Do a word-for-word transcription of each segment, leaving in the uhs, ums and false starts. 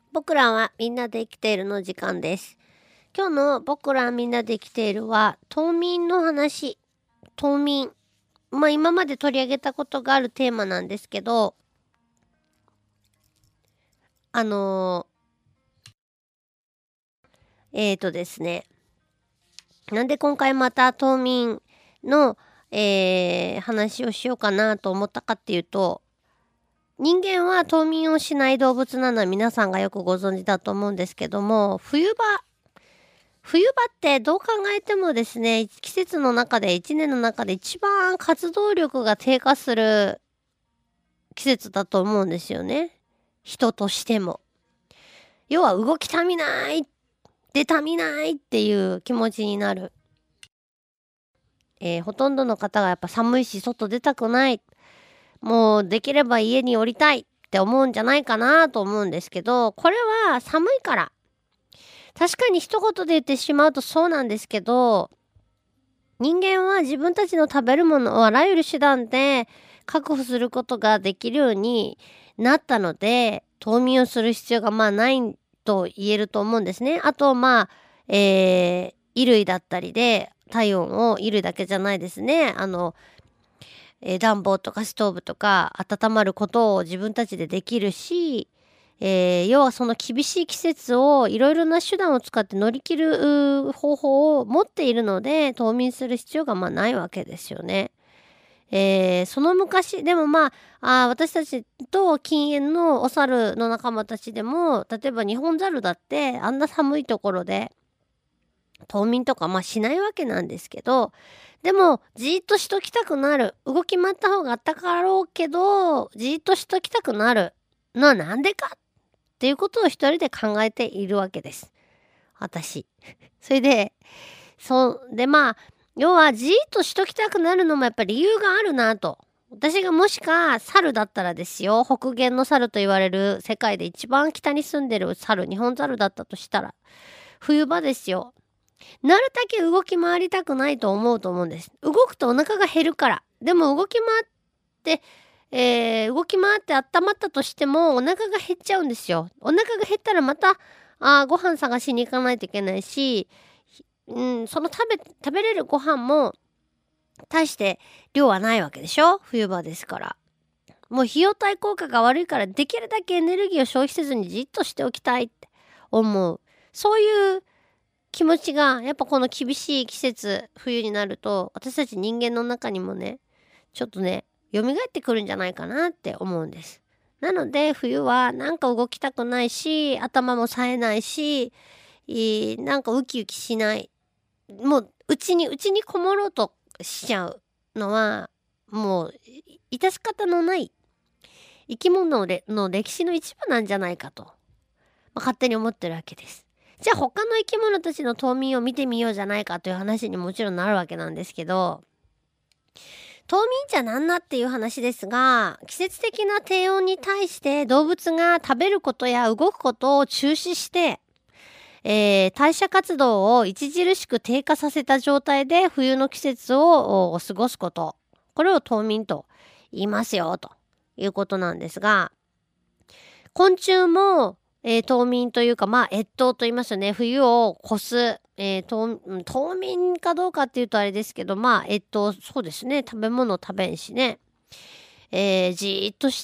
僕らはみんなで生きているの時間です。今日の僕らはみんなで生きているは冬眠の話。冬眠。まあ今まで取り上げたことがあるテーマなんですけど、あのー、えーとですね。なんで今回また冬眠の、えー、話をしようかなと思ったかっていうと、人間は冬眠をしない動物なのは皆さんがよくご存知だと思うんですけども、冬場、冬場ってどう考えてもですね、季節の中で、一年の中で一番活動力が低下する季節だと思うんですよね。人としても。要は動きたみない、出たみないっていう気持ちになる。えー、ほとんどの方がやっぱ寒いし外出たくない。もうできれば家に降りたいって思うんじゃないかなと思うんですけど、これは寒いから。確かに一言で言ってしまうとそうなんですけど、人間は自分たちの食べるものをあらゆる手段で確保することができるようになったので、冬眠をする必要がまあないと言えると思うんですね。あとまあ、えー、衣類だったりで体温を衣類だけじゃないですね。あの、えー暖房とかストーブとか温まることを自分たちでできるし、えー要はその厳しい季節をいろいろな手段を使って乗り切るうー方法を持っているので冬眠する必要がまあないわけですよね。えーその昔でもまあ、あー私たちと禁煙のお猿の仲間たちでも例えばニホンザルだってあんな寒いところで冬眠とかまあしないわけなんですけど、でもじーっとしときたくなる。動き回った方があったかろうけど、じーっとしときたくなるのはなんでかっていうことを一人で考えているわけです。私。それで、そう、でまあ、要はじーっとしときたくなるのもやっぱり理由があるなと。私がもしか猿だったらですよ、北限の猿と言われる世界で一番北に住んでる猿、日本猿だったとしたら、冬場ですよ。なるだけ動き回りたくないと思うと思うんです。動くとお腹が減るから。でも動き回って、えー動き回って温まったとしてもお腹が減っちゃうんですよ。お腹が減ったらまた、あーご飯探しに行かないといけないし、うん、その食べ、食べれるご飯も大して量はないわけでしょ？冬場ですから。もう費用対効果が悪いからできるだけエネルギーを消費せずにじっとしておきたいって思う。そういう気持ちがやっぱこの厳しい季節冬になると私たち人間の中にもねちょっとね蘇ってくるんじゃないかなって思うんです。なので冬はなんか動きたくないし頭も冴えないし、いいなんかウキウキしない、もううちにうちにこもろうとしちゃうのはもう致し方のない生き物の歴史の一部なんじゃないかと、まあ、勝手に思ってるわけです。じゃあ他の生き物たちの冬眠を見てみようじゃないかという話にもちろんなるわけなんですけど、冬眠じゃなんなっていう話ですが、季節的な低温に対して動物が食べることや動くことを中止して、えー代謝活動を著しく低下させた状態で冬の季節をお過ごすこと。これを冬眠と言いますよ、ということなんですが、昆虫も、えー冬眠というか、まあ、越冬と言いますよね。冬を越す。えー冬、うん冬眠かどうかっていうとあれですけど、まあ、越冬、そうですね。食べ物食べんしね。えーじーっとして、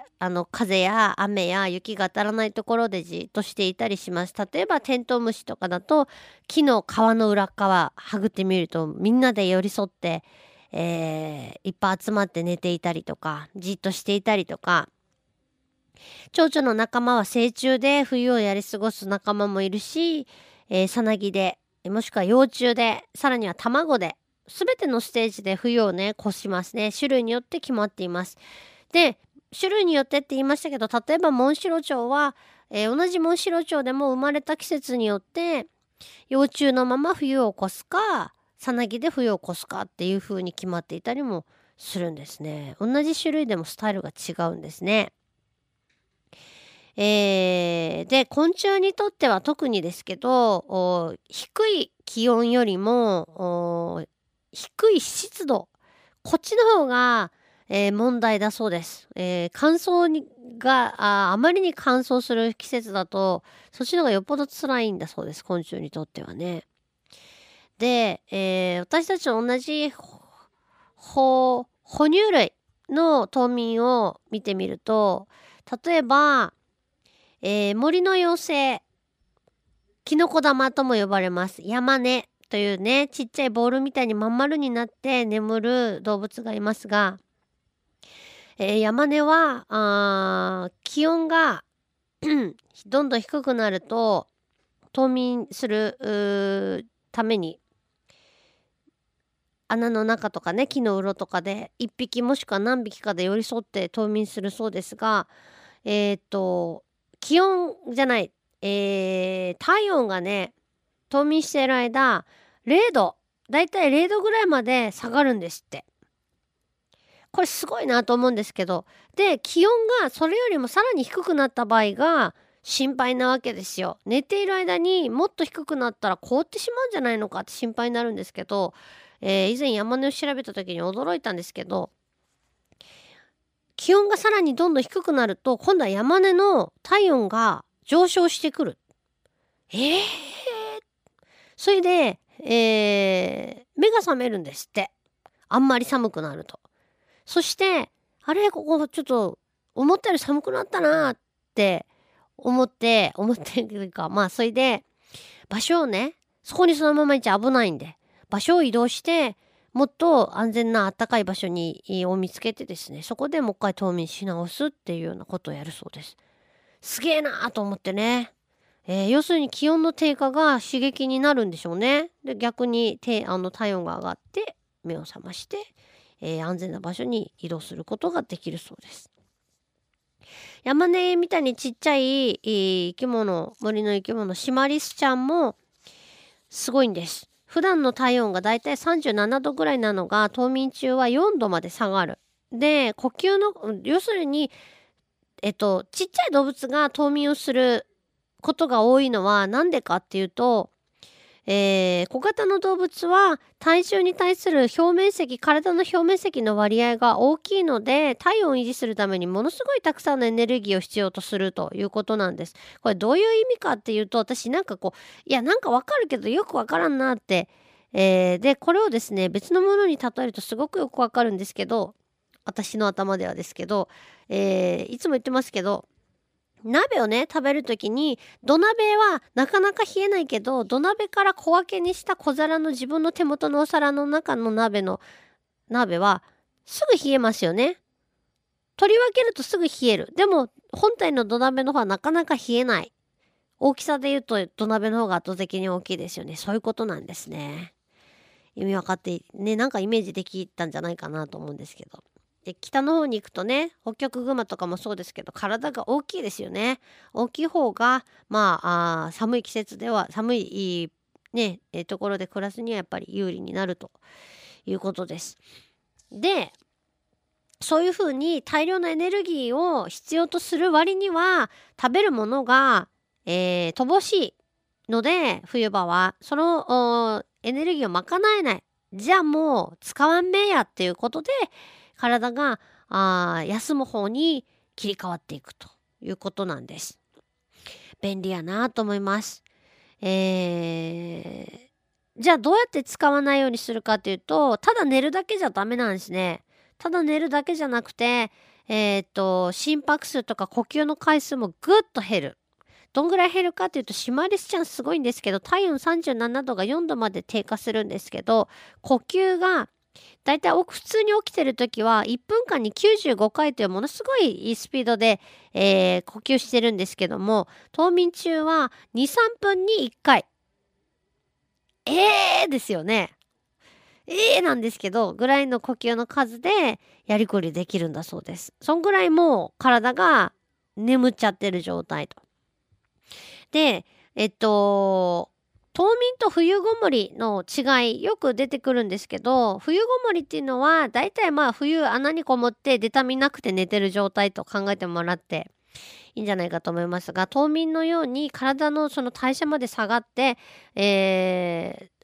あの、風や雨や雪が当たらないところでじーっとしていたりします。例えば、テントウムシとかだと、木の皮の裏側、はぐってみると、みんなで寄り添って、えーいっぱい集まって寝ていたりとか、じーっとしていたりとか、蝶々の仲間は成虫で冬をやり過ごす仲間もいるし、えー、さなぎで、もしくは幼虫で、さらには卵で、すべてのステージで冬をね、越しますね。種類によって決まっています。で、種類によってって言いましたけど、例えばモンシロチョウは、えー同じモンシロチョウでも生まれた季節によって、幼虫のまま冬を越すか、さなぎで冬を越すかっていう風に決まっていたりもするんですね。同じ種類でもスタイルが違うんですね。えーで、昆虫にとっては特にですけど、お低い気温よりも、お低い湿度、こっちの方が、 えー問題だそうです。えー乾燥にがあ、あまりに乾燥する季節だと、そっちの方がよっぽど辛いんだそうです。昆虫にとってはね。で、えー私たちと同じほほ哺乳類の冬眠を見てみると、例えば、えー森の妖精、キノコ玉とも呼ばれます。ヤマネというね、ちっちゃいボールみたいにまん丸になって眠る動物がいますが、えーヤマネは、あー気温がどんどん低くなると、冬眠するうーために、穴の中とかね、木のうろとかでいっぴきもしくは何匹かで寄り添って冬眠するそうですが、えーっと、気温じゃない、えー体温がね、冬眠している間、れいど、だいたいれいどぐらいまで下がるんですって。これすごいなと思うんですけど、で、気温がそれよりもさらに低くなった場合が心配なわけですよ。寝ている間にもっと低くなったら凍ってしまうんじゃないのかって心配になるんですけど、えー以前山根を調べた時に驚いたんですけど、気温がさらにどんどん低くなると、今度は山根の体温が上昇してくる。えー、それで、えー目が覚めるんですって。あんまり寒くなると。そして、あれ、ここちょっと思ったより寒くなったなって思って、思ってるいうか、まあそれで場所をね、そこにそのままいちゃ危ないんで、場所を移動して、もっと安全な暖かい場所にを見つけてですね、そこでもう一回冬眠し直すっていうようなことをやるそうです。すげえなーと思ってね。えー要するに気温の低下が刺激になるんでしょうね。で、逆にてあの体温が上がって目を覚まして、えー安全な場所に移動することができるそうです。ヤマネみたいにちっちゃい、えー生き物、森の生き物、シマリスちゃんもすごいんです。普段の体温がだいたいさんじゅうななどぐらいなのが冬眠中はよんどまで下がる。で、呼吸の、要するに、えっと、ちっちゃい動物が冬眠をすることが多いのはなんでかっていうと、えー小型の動物は体重に対する表面積、体の表面積の割合が大きいので、体温を維持するためにものすごいたくさんのエネルギーを必要とするということなんです。これどういう意味かっていうと、私なんかこう、いやなんかわかるけどよくわからんなって、えーで、これをですね、別のものに例えるとすごくよくわかるんですけど、私の頭ではですけど、えーいつも言ってますけど、鍋をね、食べるときに、土鍋はなかなか冷えないけど、土鍋から小分けにした小皿の自分の手元のお皿の中の鍋の、鍋はすぐ冷えますよね。取り分けるとすぐ冷える。でも、本体の土鍋の方はなかなか冷えない。大きさで言うと土鍋の方が圧倒的に大きいですよね。そういうことなんですね。意味わかって、ね、なんかイメージできたんじゃないかなと思うんですけど。で、北の方に行くとね、ホッキョクグマとかもそうですけど、体が大きいですよね。大きい方が、まあ、あー寒い季節では、寒い、ね、えーところで暮らすにはやっぱり有利になるということです。で、そういうふうに大量のエネルギーを必要とする割には、食べるものが、えー乏しいので、冬場は、その、おエネルギーを賄えない。じゃあもう使わんべえやっていうことで、体があー休む方に切り替わっていくということなんです。便利やなと思います。えー、じゃあどうやって使わないようにするかというと、ただ寝るだけじゃダメなんですね。ただ寝るだけじゃなくて、えーっと、心拍数とか呼吸の回数もぐっと減る。どんぐらい減るかというと、シマリスちゃんすごいんですけど、体温さんじゅうななどがよんどまで低下するんですけど、呼吸がだいたい普通に起きてる時はいっぷんかんにきゅうじゅうごかいというものすごいスピードで、えー呼吸してるんですけども、冬眠中はに、さんぷんにいっかい。えーですよね。えーなんですけど、ぐらいの呼吸の数でやりくりできるんだそうです。そんぐらいもう体が眠っちゃってる状態と。で、えっと、冬眠と冬ごもりの違いよく出てくるんですけど、冬ごもりっていうのはだいたいまあ冬穴にこもって出たみなくて寝てる状態と考えてもらっていいんじゃないかと思いますが、冬眠のように体のその代謝まで下がって、えー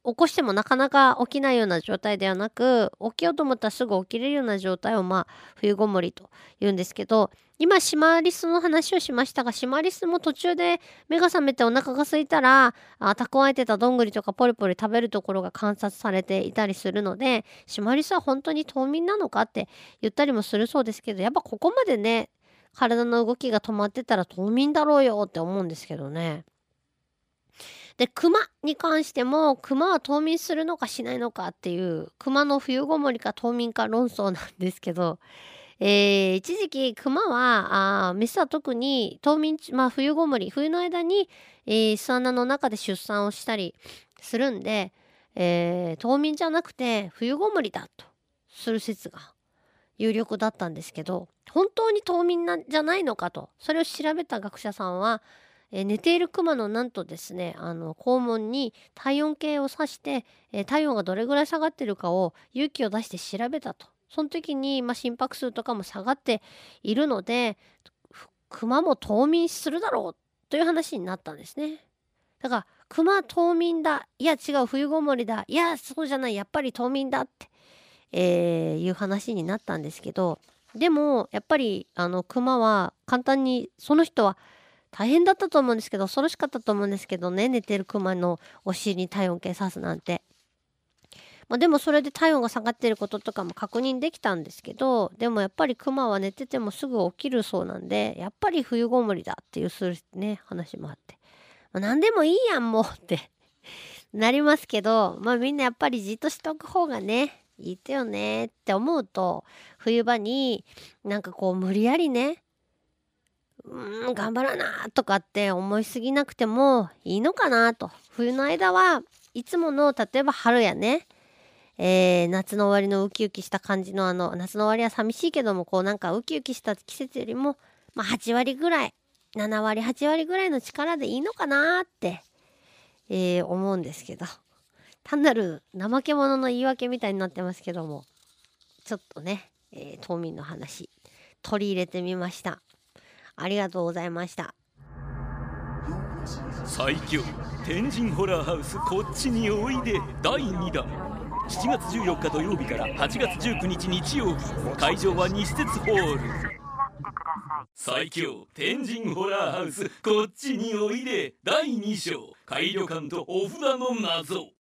起こしてもなかなか起きないような状態ではなく、起きようと思ったらすぐ起きれるような状態をまあ冬ごもりと言うんですけど、今シマリスの話をしましたが、シマリスも途中で目が覚めてお腹が空いたら、あ蓄えてたどんぐりとかポリポリ食べるところが観察されていたりするので、シマリスは本当に冬眠なのかって言ったりもするそうですけど、やっぱここまでね体の動きが止まってたら冬眠だろうよって思うんですけどね。で、熊に関しても、熊は冬眠するのかしないのかっていう、熊の冬ごもりか冬眠か論争なんですけど、えー、一時期熊は、あメスは特に冬眠、まあ冬ごもり、冬の間に、えー、巣穴の中で出産をしたりするんで、えー、冬眠じゃなくて冬ごもりだとする説が有力だったんですけど、本当に冬眠なんじゃないのかと、それを調べた学者さんは、えー寝ているクマのなんとですね、あの肛門に体温計を刺して、えー体温がどれぐらい下がってるかを勇気を出して調べたと。その時に、まあ、心拍数とかも下がっているので、ふクマも冬眠するだろうという話になったんですね。だからクマ冬眠だ、いや違う冬ごもりだ、いやそうじゃない、やっぱり冬眠だって、えーいう話になったんですけど、でもやっぱりあのクマは簡単に、その人は大変だったと思うんですけど、恐ろしかったと思うんですけどね、寝てるクマのお尻に体温計刺すなんて。まあ、でもそれで体温が下がってることとかも確認できたんですけど、でもやっぱりクマは寝ててもすぐ起きるそうなんで、やっぱり冬ごもりだっていうするね話もあって、まあ、何でもいいやんもうってなりますけど、まあみんなやっぱりじっとしておく方がねいいってよねって思うと、冬場になんかこう無理やりね、うーん頑張らなとかって思いすぎなくてもいいのかなと。冬の間はいつもの、例えば春やね、えー夏の終わりのウキウキした感じの、あの夏の終わりは寂しいけども、こうなんかウキウキした季節よりも、まあ、はち割ぐらい、なな割はち割ぐらいの力でいいのかなって、えー思うんですけど、単なる怠け者の言い訳みたいになってますけども、ちょっとね、えー冬眠の話取り入れてみました。ありがとうございました。 最強天神ホラーハウスこっちにおいでだいにだん、しちがつじゅうよっか土曜日からはちがつじゅうくにち日曜日、会場は西鉄ホール。最強天神ホラーハウスこっちにおいでだいに章、改旅館とお札の謎。